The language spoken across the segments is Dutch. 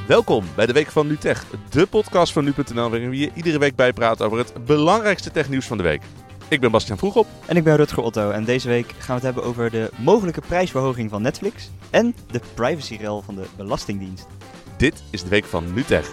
Welkom bij de Week van NuTech, de podcast van nu.nl waarin we je iedere week bijpraten over het belangrijkste technieuws van de week. Ik ben Bastiaan Vroegop. En ik ben Rutger Otto en deze week gaan we het hebben over de mogelijke prijsverhoging van Netflix en de privacyrel van de Belastingdienst. Dit is de Week van NuTech.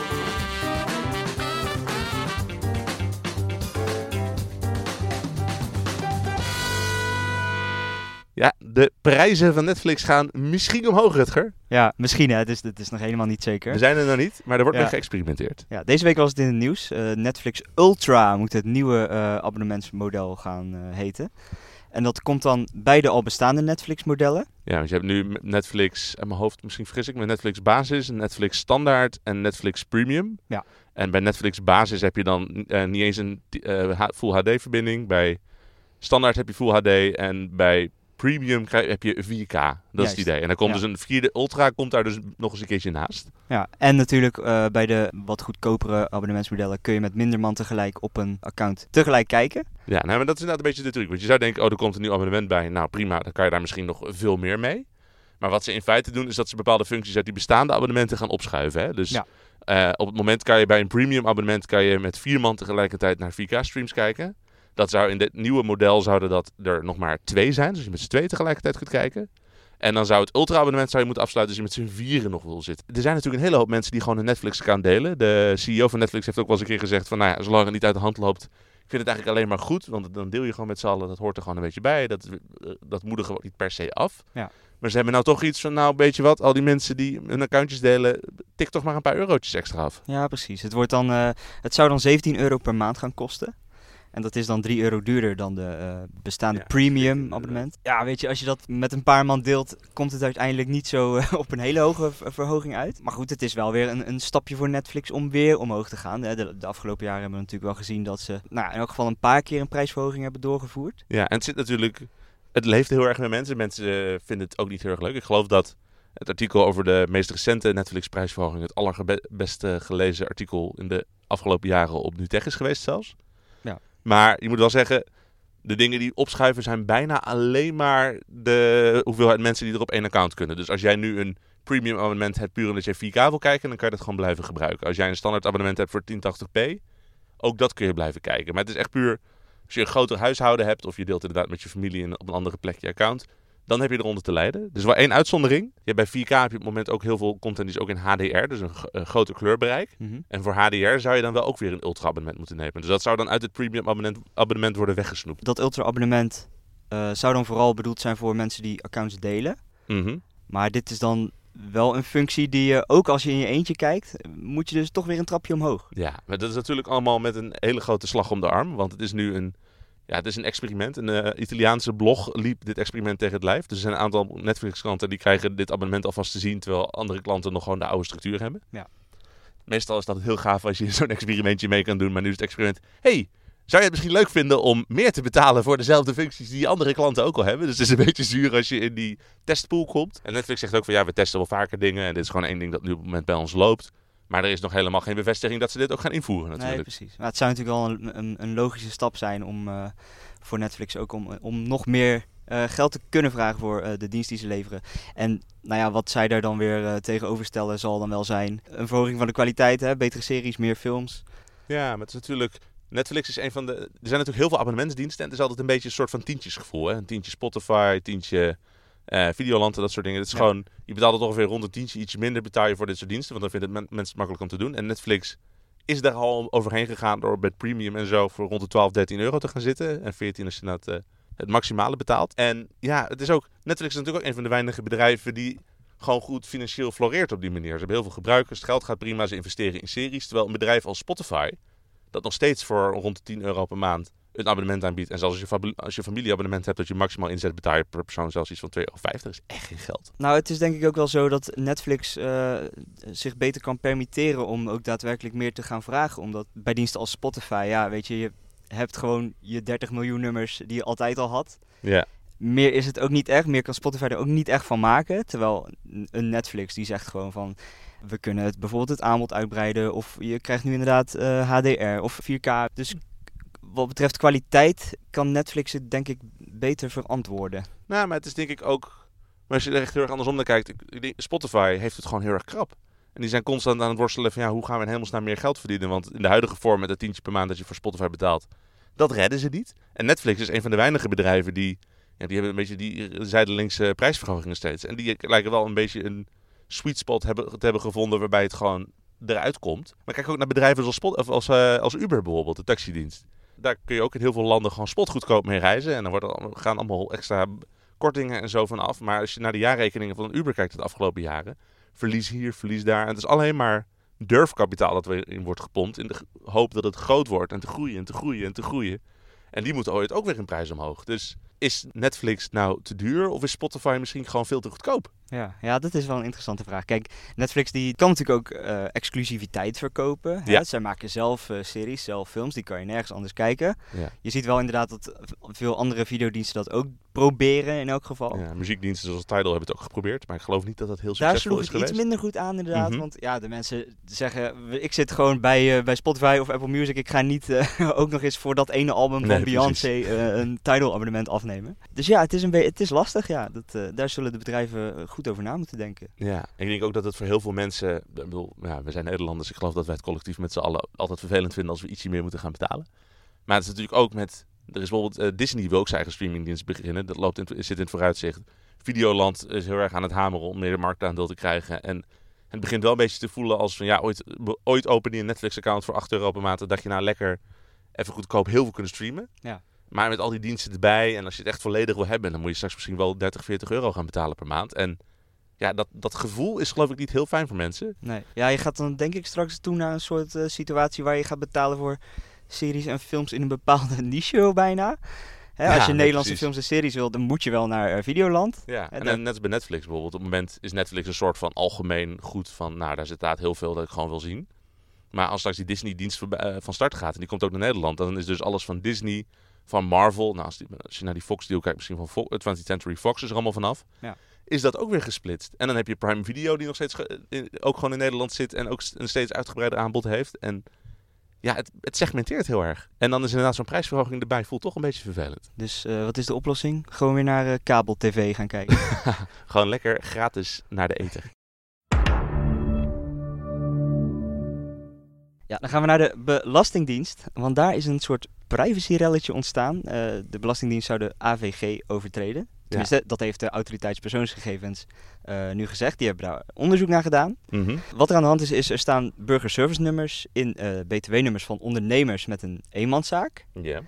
Ja, de prijzen van Netflix gaan misschien omhoog, Rutger. Ja, misschien hè, het is nog helemaal niet zeker. We zijn er nog niet, maar er wordt nog geëxperimenteerd. Ja, deze week was het in het nieuws. Netflix Ultra moet het nieuwe abonnementsmodel gaan heten. En dat komt dan bij de al bestaande Netflix-modellen. Ja, want je hebt nu Netflix, aan mijn hoofd misschien vergis ik, met Netflix Basis, Netflix Standaard en Netflix Premium. Ja. En bij Netflix Basis heb je dan niet eens een Full HD-verbinding. Bij Standaard heb je Full HD en bij Premium heb je 4K. Dat is het idee. En dan komt dus een vierde Ultra, komt daar dus nog eens een keertje naast. Ja, en natuurlijk bij de wat goedkopere abonnementsmodellen kun je met minder man tegelijk op een account tegelijk kijken. Ja, nou, maar dat is inderdaad een beetje de truc. Want je zou denken, er komt een nieuw abonnement bij. Nou prima, dan kan je daar misschien nog veel meer mee. Maar wat ze in feite doen, is dat ze bepaalde functies uit die bestaande abonnementen gaan opschuiven. Hè? Dus op het moment kan je bij een premium abonnement met 4 man tegelijkertijd naar 4K-streams kijken. Dat zou in dit nieuwe model zouden dat er nog maar 2 zijn. Dus je met z'n 2 tegelijkertijd kunt kijken. En dan zou het ultra-abonnement moeten afsluiten als je met z'n 4 nog wil zitten. Er zijn natuurlijk een hele hoop mensen die gewoon een Netflix-account delen. De CEO van Netflix heeft ook wel eens een keer gezegd van, nou ja, zolang het niet uit de hand loopt, ik vind het eigenlijk alleen maar goed. Want dan deel je gewoon met z'n allen, dat hoort er gewoon een beetje bij. Dat moedigen gewoon niet per se af. Ja. Maar ze hebben nou toch iets van, nou weet je wat, al die mensen die hun accountjes delen, tik toch maar een paar eurotjes extra af. Ja, precies. Het zou dan €17 per maand gaan kosten. En dat is dan €3 duurder dan de bestaande premium abonnement. Ja, weet je, als je dat met een paar man deelt, komt het uiteindelijk niet zo op een hele hoge verhoging uit. Maar goed, het is wel weer een stapje voor Netflix om weer omhoog te gaan. De afgelopen jaren hebben we natuurlijk wel gezien dat ze in elk geval een paar keer een prijsverhoging hebben doorgevoerd. Ja, en het leeft heel erg met mensen. Mensen vinden het ook niet heel erg leuk. Ik geloof dat het artikel over de meest recente Netflix-prijsverhoging het allerbeste gelezen artikel in de afgelopen jaren op NuTech is geweest zelfs. Ja. Maar je moet wel zeggen, de dingen die opschuiven zijn bijna alleen maar de hoeveelheid mensen die er op één account kunnen. Dus als jij nu een premium abonnement hebt puur omdat je 4K wil kijken, dan kan je dat gewoon blijven gebruiken. Als jij een standaard abonnement hebt voor 1080p, ook dat kun je blijven kijken. Maar het is echt puur, als je een groter huishouden hebt of je deelt inderdaad met je familie op een andere plek je account, dan heb je eronder te lijden. Er is wel één uitzondering. Bij 4K heb je op het moment ook heel veel content die is ook in HDR, dus een groter kleurbereik. Mm-hmm. En voor HDR zou je dan wel ook weer een ultra-abonnement moeten nemen. Dus dat zou dan uit het premium abonnement worden weggesnoept. Dat ultra-abonnement zou dan vooral bedoeld zijn voor mensen die accounts delen. Mm-hmm. Maar dit is dan wel een functie die je, ook als je in je eentje kijkt, moet je dus toch weer een trapje omhoog. Ja, maar dat is natuurlijk allemaal met een hele grote slag om de arm. Want het is nu een experiment. Een Italiaanse blog liep dit experiment tegen het lijf. Dus er zijn een aantal Netflix-klanten die krijgen dit abonnement alvast te zien, terwijl andere klanten nog gewoon de oude structuur hebben. Ja. Meestal is dat heel gaaf als je zo'n experimentje mee kan doen. Maar nu is het experiment, zou je het misschien leuk vinden om meer te betalen voor dezelfde functies die andere klanten ook al hebben? Dus het is een beetje zuur als je in die testpool komt. En Netflix zegt ook van, we testen wel vaker dingen. En dit is gewoon één ding dat nu op het moment bij ons loopt. Maar er is nog helemaal geen bevestiging dat ze dit ook gaan invoeren natuurlijk. Nee, precies. Maar het zou natuurlijk wel een logische stap zijn voor Netflix ook om nog meer geld te kunnen vragen voor de dienst die ze leveren. En wat zij daar dan weer tegenover stellen zal dan wel zijn een verhoging van de kwaliteit, betere series, meer films. Ja, maar het is natuurlijk, Netflix is een van de, er zijn natuurlijk heel veel abonnementsdiensten en het is altijd een beetje een soort van tientjesgevoel. Hè? Een tientje Spotify, tientje Videoland en dat soort dingen. Het is gewoon, je betaalt het ongeveer rond een tientje, ietsje minder betaal je voor dit soort diensten, want dan vinden mensen het makkelijk om te doen. En Netflix is daar al overheen gegaan door met premium en zo voor rond de 12, 13 euro te gaan zitten. En 14 als je het maximale betaalt. En ja, het is ook, Netflix is natuurlijk ook een van de weinige bedrijven die gewoon goed financieel floreert op die manier. Ze hebben heel veel gebruikers, het geld gaat prima, ze investeren in series. Terwijl een bedrijf als Spotify, dat nog steeds voor rond de 10 euro per maand een abonnement aanbiedt. En zelfs als je familieabonnement hebt dat je maximaal inzet, betaal je per persoon zelfs iets van €2,50. Dat is echt geen geld. Nou, het is denk ik ook wel zo dat Netflix zich beter kan permitteren om ook daadwerkelijk meer te gaan vragen. Omdat bij diensten als Spotify, weet je hebt gewoon je 30 miljoen nummers die je altijd al had. Ja. Meer is het ook niet echt. Meer kan Spotify er ook niet echt van maken. Terwijl een Netflix die zegt gewoon van, we kunnen bijvoorbeeld het aanbod uitbreiden. Of je krijgt nu inderdaad HDR of 4K. Dus wat betreft kwaliteit kan Netflix het denk ik beter verantwoorden. Nou, maar het is denk ik ook, maar als je er echt heel erg andersom naar kijkt, Spotify heeft het gewoon heel erg krap. En die zijn constant aan het worstelen van hoe gaan we in hemelsnaam meer geld verdienen. Want in de huidige vorm met dat tientje per maand dat je voor Spotify betaalt, dat redden ze niet. En Netflix is een van de weinige bedrijven die hebben een beetje die zijdelingse prijsverhogingen steeds. En die lijken wel een beetje een sweet spot te hebben gevonden waarbij het gewoon eruit komt. Maar kijk ook naar bedrijven als Uber bijvoorbeeld, de taxidienst. Daar kun je ook in heel veel landen gewoon spotgoedkoop mee reizen. En dan gaan allemaal extra kortingen en zo van af. Maar als je naar de jaarrekeningen van een Uber kijkt de afgelopen jaren, verlies hier, verlies daar. En het is alleen maar durfkapitaal dat erin wordt gepompt in de hoop dat het groot wordt en te groeien en te groeien en te groeien. En die moeten ooit ook weer in prijs omhoog. Dus is Netflix nou te duur of is Spotify misschien gewoon veel te goedkoop? Ja, dat is wel een interessante vraag. Kijk, Netflix die kan natuurlijk ook exclusiviteit verkopen. Hè? Zij maken zelf series, zelf films, die kan je nergens anders kijken. Ja. Je ziet wel inderdaad dat veel andere videodiensten dat ook proberen in elk geval. Ja, muziekdiensten zoals Tidal hebben het ook geprobeerd, maar ik geloof niet dat dat heel succesvol is geweest. Daar sloeg het iets minder goed aan inderdaad, want de mensen zeggen, ik zit gewoon bij Spotify of Apple Music, ik ga niet ook nog eens voor dat ene album van Beyoncé een Tidal abonnement afnemen. Dus ja, het is lastig, daar zullen de bedrijven goed over na moeten denken. Ja, ik denk ook dat het voor heel veel mensen, ik bedoel, we zijn Nederlanders, ik geloof dat wij het collectief met z'n allen altijd vervelend vinden als we ietsje meer moeten gaan betalen. Maar het is natuurlijk ook er is bijvoorbeeld Disney wil ook zijn eigen streamingdienst beginnen, dat zit in het vooruitzicht. Videoland is heel erg aan het hameren om meer marktaandeel te krijgen en het begint wel een beetje te voelen als van ooit open je een Netflix-account voor €8 per maand, dat je nou lekker even goedkoop heel veel kunnen streamen. Ja. Maar met al die diensten erbij en als je het echt volledig wil hebben, dan moet je straks misschien wel €30-40 gaan betalen per maand. En ja, dat gevoel is geloof ik niet heel fijn voor mensen. Nee. Ja, je gaat dan denk ik straks toe naar een soort situatie waar je gaat betalen voor series en films in een bepaalde niche bijna. Als je Nederlandse films en series wil, dan moet je wel naar Videoland. Ja, en net als bij Netflix bijvoorbeeld. Op het moment is Netflix een soort van algemeen goed van, daar zit inderdaad heel veel dat ik gewoon wil zien. Maar als straks die Disney-dienst van start gaat en die komt ook naar Nederland, dan is dus alles van Disney, van Marvel. Nou, als je naar die Fox-deal kijkt, misschien van 20th Century Fox is er allemaal vanaf. Ja. Is dat ook weer gesplitst. En dan heb je Prime Video die nog steeds ook gewoon in Nederland zit en ook een steeds uitgebreider aanbod heeft. En ja, het segmenteert heel erg. En dan is inderdaad zo'n prijsverhoging erbij voelt toch een beetje vervelend. Dus wat is de oplossing? Gewoon weer naar kabel-tv gaan kijken. Gewoon lekker gratis naar de ether. Ja, dan gaan we naar de Belastingdienst. Want daar is een soort privacyrelletje ontstaan. De Belastingdienst zou de AVG overtreden. Tenminste, dat heeft de Autoriteit Persoonsgegevens nu gezegd. Die hebben daar onderzoek naar gedaan. Mm-hmm. Wat er aan de hand is er staan burgerservice-nummers in btw-nummers van ondernemers met een eenmanszaak.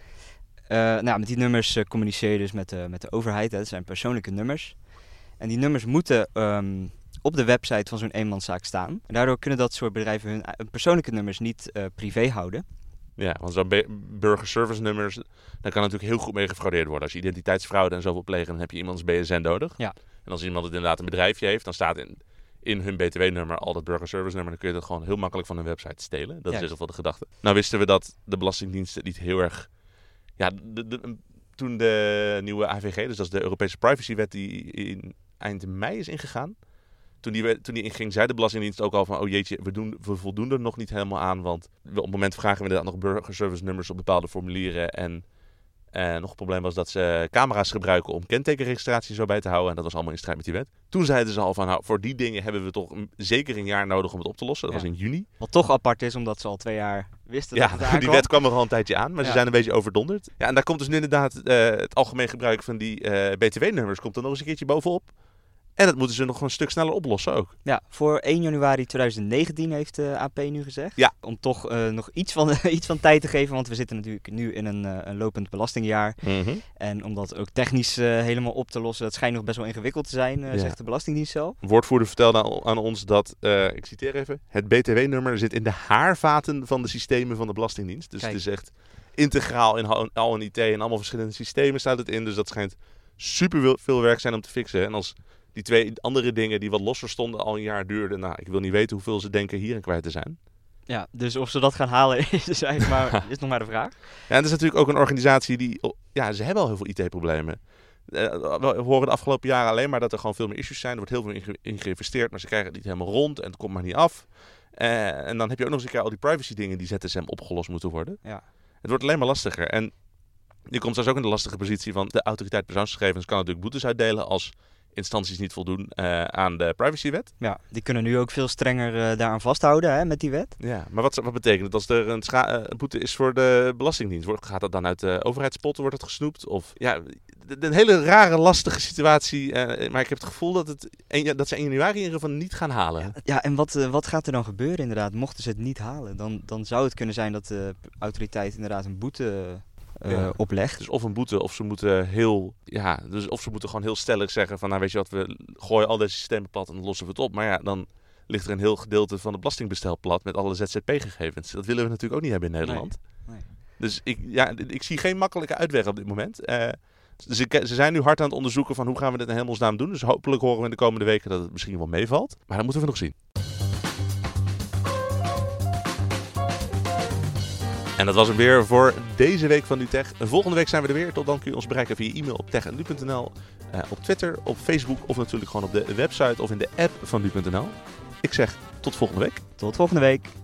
Yeah. Met die nummers communiceer je dus met de overheid. Dat zijn persoonlijke nummers. En die nummers moeten op de website van zo'n eenmanszaak staan. En daardoor kunnen dat soort bedrijven hun persoonlijke nummers niet privé houden. Ja, want zo'n burgerservice nummers, daar kan natuurlijk heel goed mee gefraudeerd worden. Als je identiteitsfraude en zo wil plegen, dan heb je iemands BSN nodig. Ja. En als iemand het inderdaad een bedrijfje heeft, dan staat in hun btw-nummer al dat burgerservice nummer. Dan kun je dat gewoon heel makkelijk van hun website stelen. Dat is in ieder geval de gedachte. Nou wisten we dat de Belastingdienst het niet heel erg... Ja, toen de nieuwe AVG, dus dat is de Europese privacywet die in eind mei is ingegaan. Toen die inging, zei de Belastingdienst ook al van, oh jeetje, we voldoen er nog niet helemaal aan. Want op het moment vragen we inderdaad nog burgerservice nummers op bepaalde formulieren. En nog een probleem was dat ze camera's gebruiken om kentekenregistratie zo bij te houden. En dat was allemaal in strijd met die wet. Toen zeiden ze al van, nou, voor die dingen hebben we toch zeker een jaar nodig om het op te lossen. Dat was in juni. Wat toch apart is, omdat ze al 2 jaar wisten dat het aankwam. Die wet kwam er al een tijdje aan, maar ze zijn een beetje overdonderd. Ja, en daar komt dus nu inderdaad het algemeen gebruik van die btw-nummers komt er nog eens een keertje bovenop. En dat moeten ze nog een stuk sneller oplossen ook. Ja, voor 1 januari 2019 heeft de AP nu gezegd. Ja. Om toch nog iets van tijd te geven, want we zitten natuurlijk nu in een lopend belastingjaar. Mm-hmm. En om dat ook technisch helemaal op te lossen, dat schijnt nog best wel ingewikkeld te zijn, zegt de Belastingdienst zelf. Woordvoerder vertelde aan ons dat, ik citeer even, het btw-nummer zit in de haarvaten van de systemen van de Belastingdienst. Dus Kijk. Het is echt integraal in al in IT en allemaal verschillende systemen staat het in. Dus dat schijnt super veel werk zijn om te fixen. En als die 2 andere dingen die wat losser stonden al een jaar duurden. Nou, ik wil niet weten hoeveel ze denken hierin kwijt te zijn. Ja, dus of ze dat gaan halen is nog maar de vraag. Ja, en het is natuurlijk ook een organisatie die... Ja, ze hebben al heel veel IT-problemen. We horen de afgelopen jaren alleen maar dat er gewoon veel meer issues zijn. Er wordt heel veel in geïnvesteerd, maar ze krijgen het niet helemaal rond. En het komt maar niet af. En dan heb je ook nog eens een keer al die privacy dingen die ZSM opgelost moeten worden. Ja. Het wordt alleen maar lastiger. En je komt zelfs ook in de lastige positie van de Autoriteit Persoonsgegevens kan natuurlijk boetes uitdelen als instanties niet voldoen aan de privacywet. Ja, die kunnen nu ook veel strenger daaraan vasthouden, hè, met die wet. Ja, maar wat betekent het als er een boete is voor de Belastingdienst? Gaat dat dan uit de overheidspotten, wordt het gesnoept? Of ja, een hele rare, lastige situatie. Maar ik heb het gevoel dat ze 1 januari in ieder geval niet gaan halen. Ja, en wat gaat er dan gebeuren inderdaad? Mochten ze het niet halen, dan zou het kunnen zijn dat de autoriteit inderdaad een boete oplegt. Dus of een boete, of ze moeten gewoon heel stellig zeggen van, nou weet je wat, we gooien al deze systemen plat en dan lossen we het op. Maar ja, dan ligt er een heel gedeelte van het belastingbestel plat met alle ZZP-gegevens. Dat willen we natuurlijk ook niet hebben in Nederland. Nee. Dus ik zie geen makkelijke uitweg op dit moment. Ze zijn nu hard aan het onderzoeken van hoe gaan we dit in hemelsnaam doen. Dus hopelijk horen we in de komende weken dat het misschien wel meevalt. Maar dat moeten we nog zien. En dat was hem weer voor deze week van NuTech. Volgende week zijn we er weer. Tot dan kun je ons bereiken via e-mail op tech@nu.nl, op Twitter, op Facebook of natuurlijk gewoon op de website of in de app van nu.nl. Ik zeg tot volgende week. Tot volgende week.